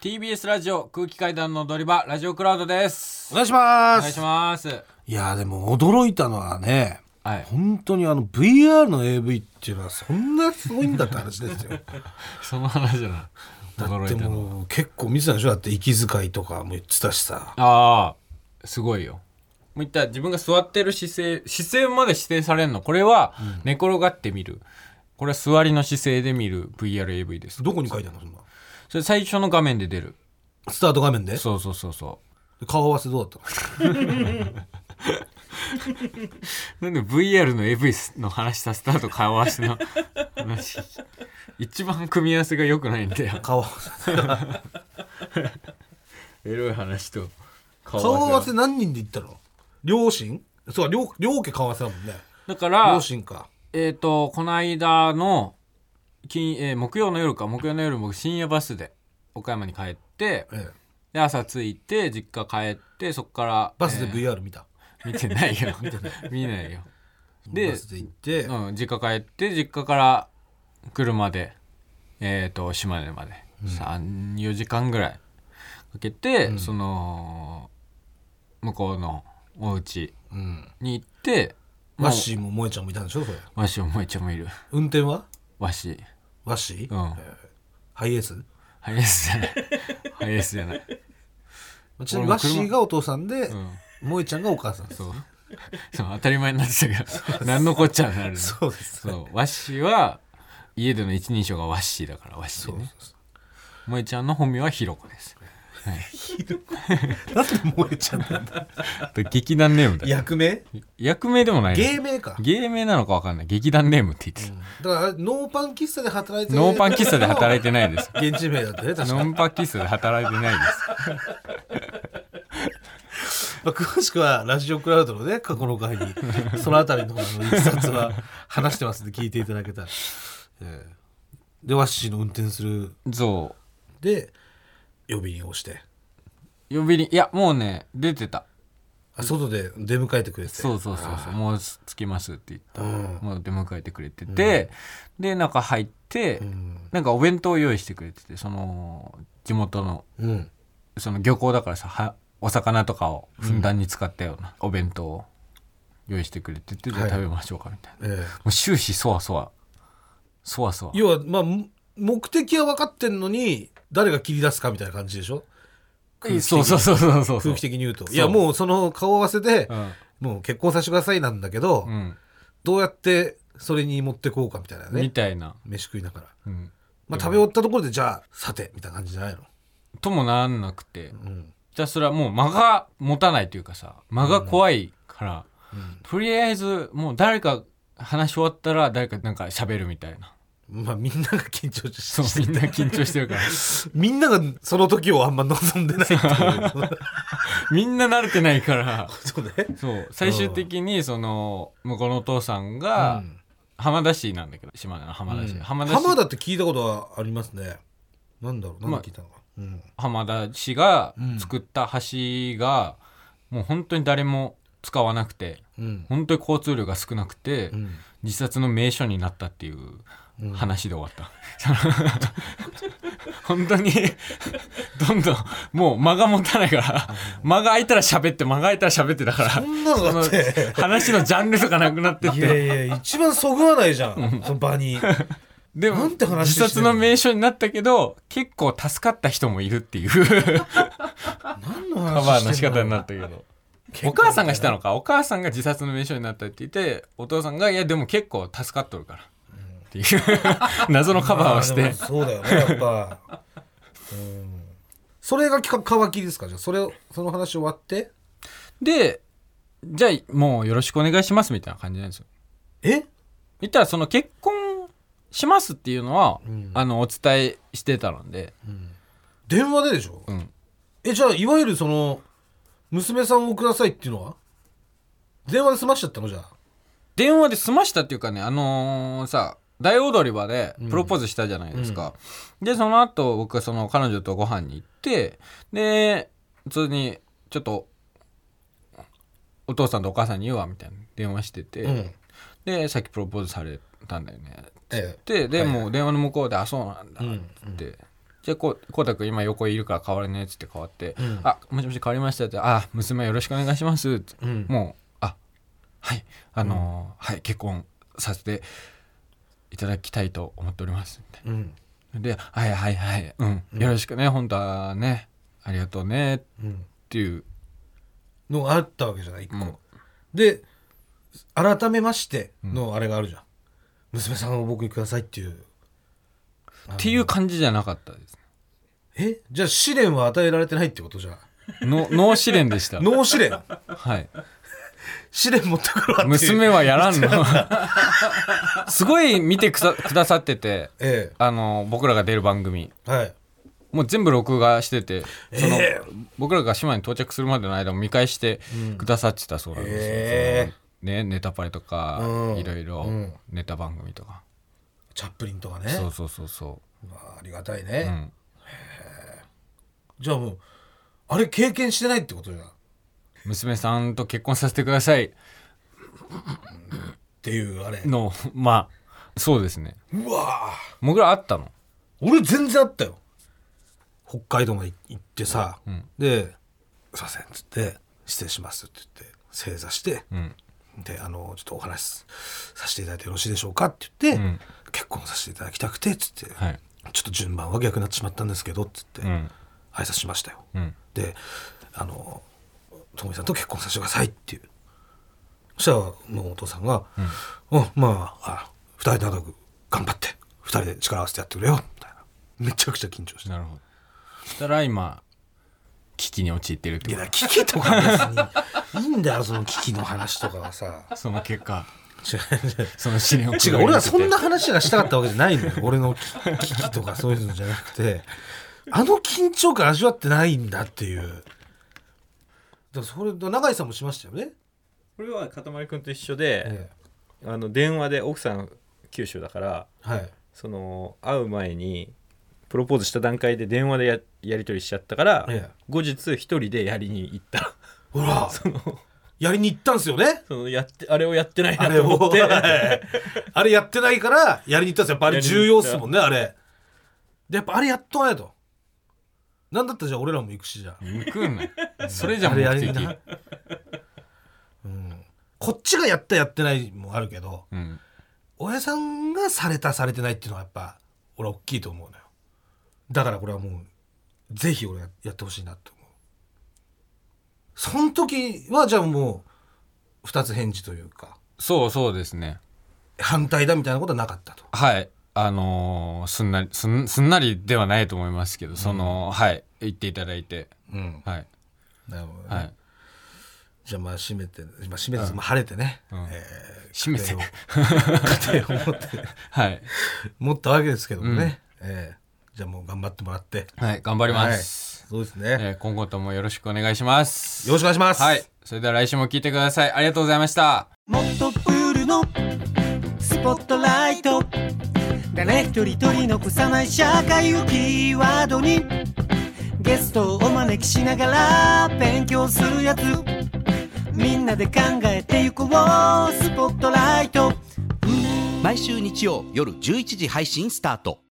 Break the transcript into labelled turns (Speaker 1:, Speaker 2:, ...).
Speaker 1: TBS ラジオ空気階段の踊り場ラジオクラウドです。
Speaker 2: お願いします。
Speaker 1: お願いします。
Speaker 2: いやでも驚いたのはね、
Speaker 1: はい、
Speaker 2: 本当にVR の AV っていうのはそんなすごいんだって話ですよ
Speaker 1: その話じゃない。
Speaker 2: だってもう結構見てたでしょ。だって息遣いとかも言ってたしさ。
Speaker 1: ああすごいよ。もういった自分が座ってる姿勢まで指定されるの。これは寝転がって見る、これは座りの姿勢で見る VRAV です。
Speaker 2: どこに書いてあるのそんな。
Speaker 1: それ最初の画面で出る。
Speaker 2: スタート画面で。
Speaker 1: そうそうそうそう。
Speaker 2: 顔合わせどうだったの
Speaker 1: なんで VR の AV の話させた後顔合わせの話一番組み合わせが良くないんだよ。
Speaker 2: 顔合わせ
Speaker 1: エロい話と
Speaker 2: 顔合わせ何人で行ったの。両親。そう両家顔合わせだもんね。
Speaker 1: だから
Speaker 2: 両親か。
Speaker 1: この間の木曜の夜僕深夜バスで岡山に帰って、で朝着いて実家帰ってそっから
Speaker 2: バスで VR 見た。
Speaker 1: 見てないよ見ないよ。で
Speaker 2: バスで行って、
Speaker 1: 実家帰って実家から車で島根まで、3,4 時間ぐらいかけて、その向こうのお家に行って、
Speaker 2: ワッシーも萌えちゃんもいたんでしょ。それ
Speaker 1: ワッシーも萌えちゃんもいる。
Speaker 2: 運転は
Speaker 1: ワッシー
Speaker 2: ワッシー、ハイエース
Speaker 1: ハイエースじゃないハイエースじゃない。
Speaker 2: ちなみにワッシーがお父さんで、萌えちゃんがお母さんです。
Speaker 1: そう当たり前になってたけど何のこっちゃになるの。
Speaker 2: そうです、
Speaker 1: ワッシーは家での一人称がワッシーだからワッシーね。萌えちゃんの本名はひろこです。はい、
Speaker 2: なんで萌えちゃんなんだ
Speaker 1: 劇団ネームだ。
Speaker 2: 役名
Speaker 1: でもない。
Speaker 2: 芸名か。
Speaker 1: 芸名なのか分かんない。劇団ネームって言って
Speaker 2: た、だからノーパン喫茶で働いて
Speaker 1: ノーパン喫茶で働いてないです。
Speaker 2: 現地名だってね。確か
Speaker 1: ノーパン喫茶で働いてないです
Speaker 2: 詳しくはラジオクラウドのね過去の回にそのあたりのいきさつは話してますんで聞いていただけたら、でワッシーの運転する
Speaker 1: そう
Speaker 2: で呼びに押して
Speaker 1: いやもうね出てた。
Speaker 2: 外で出迎えてくれて、
Speaker 1: そうもう着きますって言った、もう出迎えてくれてて、で中入って、なんかお弁当を用意してくれてて、その地元の、その漁港だからさお魚とかをふんだんに使ったようなお弁当を用意してくれてて、じゃあ食べましょうかみたいな、もう終始そわそわ
Speaker 2: 要はまあ目的は分かってんのに誰が切り出すかみたいな感じでしょ。
Speaker 1: そう
Speaker 2: 空気的に言うと、いやもうその顔合わせで、もう結婚させてくださいなんだけど、どうやってそれに持ってこうかみたいなね、
Speaker 1: みたいな
Speaker 2: 飯食いながら、まあ、食べ終わったところでじゃあさてみたいな感じじゃないの
Speaker 1: ともなんなくて、じゃあそれはもう間が持たないというかさ、間が怖いから、とりあえずもう誰か話し終わったら誰かなんか喋るみたいな。
Speaker 2: まあみんなが緊張して
Speaker 1: そうみんな緊張してるから
Speaker 2: みんながその時をあんま望んでないっていう
Speaker 1: みんな慣れてないから
Speaker 2: そうね。
Speaker 1: そう最終的にその向こうのお父さんが、浜田市なんだけど、島根の浜田市、浜
Speaker 2: 田って聞いたことはありますね。なんだろう、何聞いたのか、
Speaker 1: 浜田市が作った橋が、もう本当に誰も使わなくて、本当に交通量が少なくて、自殺の名所になったっていう話で終わった、本当にどんどんもう間が持たないから、間が空いたら喋って間が空いたら喋ってだから、
Speaker 2: そんなのだって
Speaker 1: 話のジャンルとかなくなってって、
Speaker 2: いや一番そぐわないじゃん、その場に。
Speaker 1: でも自殺の名所になったけど結構助かった人もいるっていう
Speaker 2: 何の話
Speaker 1: カバーの仕方になったけど、お母さんがしたのか、お母さんが自殺の名所になったって言って、お父さんがいやでも結構助かっとるからっていう謎のカバーをして、
Speaker 2: そうだよねやっぱそれが皮切りですか。じゃあその話終わって
Speaker 1: でじゃあもうよろしくお願いしますみたいな感じなんですよ。言ったらその結婚しますっていうのは、お伝えしてたので、
Speaker 2: 電話ででしょ、じゃあいわゆるその娘さんをくださいっていうのは電話で済ましちゃったの。じゃあ
Speaker 1: 電話で済ましたっていうかね、さ大踊り場でプロポーズしたじゃないですか、でその後僕はその彼女とご飯に行って、で普通にちょっとお父さんとお母さんに言うわみたいな電話してて、でさっきプロポーズされたんだよねって、でもう電話の向こうでそうなんだって言って、 じゃあこうたくん今横いるから変わるねっつって変わって、あもしもし変わりましたって、あ娘よろしくお願いしますって、もうはいはい結婚させていただきたいと思っておりますみたいな、ではいはいはい、よろしくね本当はねありがとうねっていう
Speaker 2: のがあったわけじゃない、一個、で改めましてのあれがあるじゃん、娘さんを僕にくださいっていう
Speaker 1: 感じじゃなかったです
Speaker 2: ね。じゃあ試練は与えられてないってことじゃん。
Speaker 1: ノー試練でした
Speaker 2: ノー試練
Speaker 1: はい
Speaker 2: 試練持ってくるわって
Speaker 1: 娘はやらんのすごい見てくださってて、僕らが出る番組、もう全部録画してて、僕らが島に到着するまでの間も見返してくださってたそうなんですよ、ネタパレとか、いろいろネタ番組とか
Speaker 2: チャップリンとかね。
Speaker 1: そう
Speaker 2: ありがたいね、じゃあもうあれ経験してないってことじゃん。
Speaker 1: 娘さんと結婚させてください
Speaker 2: っていうあれ
Speaker 1: のそうですね。
Speaker 2: うわ
Speaker 1: もぐらあったの？
Speaker 2: 俺全然あったよ。北海道まで行ってさ、ですいませんっつって失礼しますって言って正座して、でちょっとお話しさせていただいてよろしいでしょうかって言って、結婚させていただきたくてっつって、ちょっと順番は逆になってしまったんですけどっつって、挨拶しましたよ、でともみさんと結婚させてくださいっていう。そしたらもうお父さんが、まあ2人で仲良く頑張って2人で力を合わせてやってくれよみたいな。めちゃくちゃ緊張して。
Speaker 1: なるほど。そしたら今危機に陥ってるってこと。
Speaker 2: いや危機とか別にいいんだよその危機の話とかはさ。
Speaker 1: その結果
Speaker 2: その試練を違う、俺はそんな話がしたかったわけじゃないのよ俺の危機とかそういうのじゃなくて、緊張感味わってないんだっていう。だからそれ永井さんもしましたよね。
Speaker 3: これはかたまりくんと一緒で、電話で奥さん九州だから、その会う前にプロポーズした段階で電話で やり取りしちゃったから、後日一人でやりに行った。
Speaker 2: ほらやりに行ったんですよね。
Speaker 3: あれをやってないなと思って
Speaker 2: あれやってないからやりに行ったんですよ。やっぱあれ重要っすもんねあれで。やっぱあれやっとかないと。なんだったらじゃあ俺らも行くし、じゃあ
Speaker 1: 行くんそれじゃ目的
Speaker 2: こっちがやったやってないもあるけど、親さんがされたされてないっていうのはやっぱ俺は大きいと思うのよ。だからこれはもうぜひ俺やってほしいなと思う。その時はじゃあもう二つ返事というか、
Speaker 1: そうですね、
Speaker 2: 反対だみたいなことはなかったと。
Speaker 1: はい、すんなりではないと思いますけど、言っていただいて、はい、
Speaker 2: なるほどね。じゃあまあ閉めて晴れてね、
Speaker 1: 閉めて
Speaker 2: 家庭を持って持ったわけですけどもね、じゃあもう頑張ってもらって。
Speaker 1: はい頑張ります、
Speaker 2: そうですね、
Speaker 1: 今後ともよろしくお願いします。
Speaker 2: よろしくお願いします。
Speaker 1: はい、それでは来週も聞いてください。ありがとうございました。
Speaker 4: もっとプールのスポットライト、誰一人取り残さない社会をキーワードにゲストをお招きしながら勉強するやつ、みんなで考えてゆこうスポットライト。
Speaker 5: 毎週日曜夜11時配信スタート。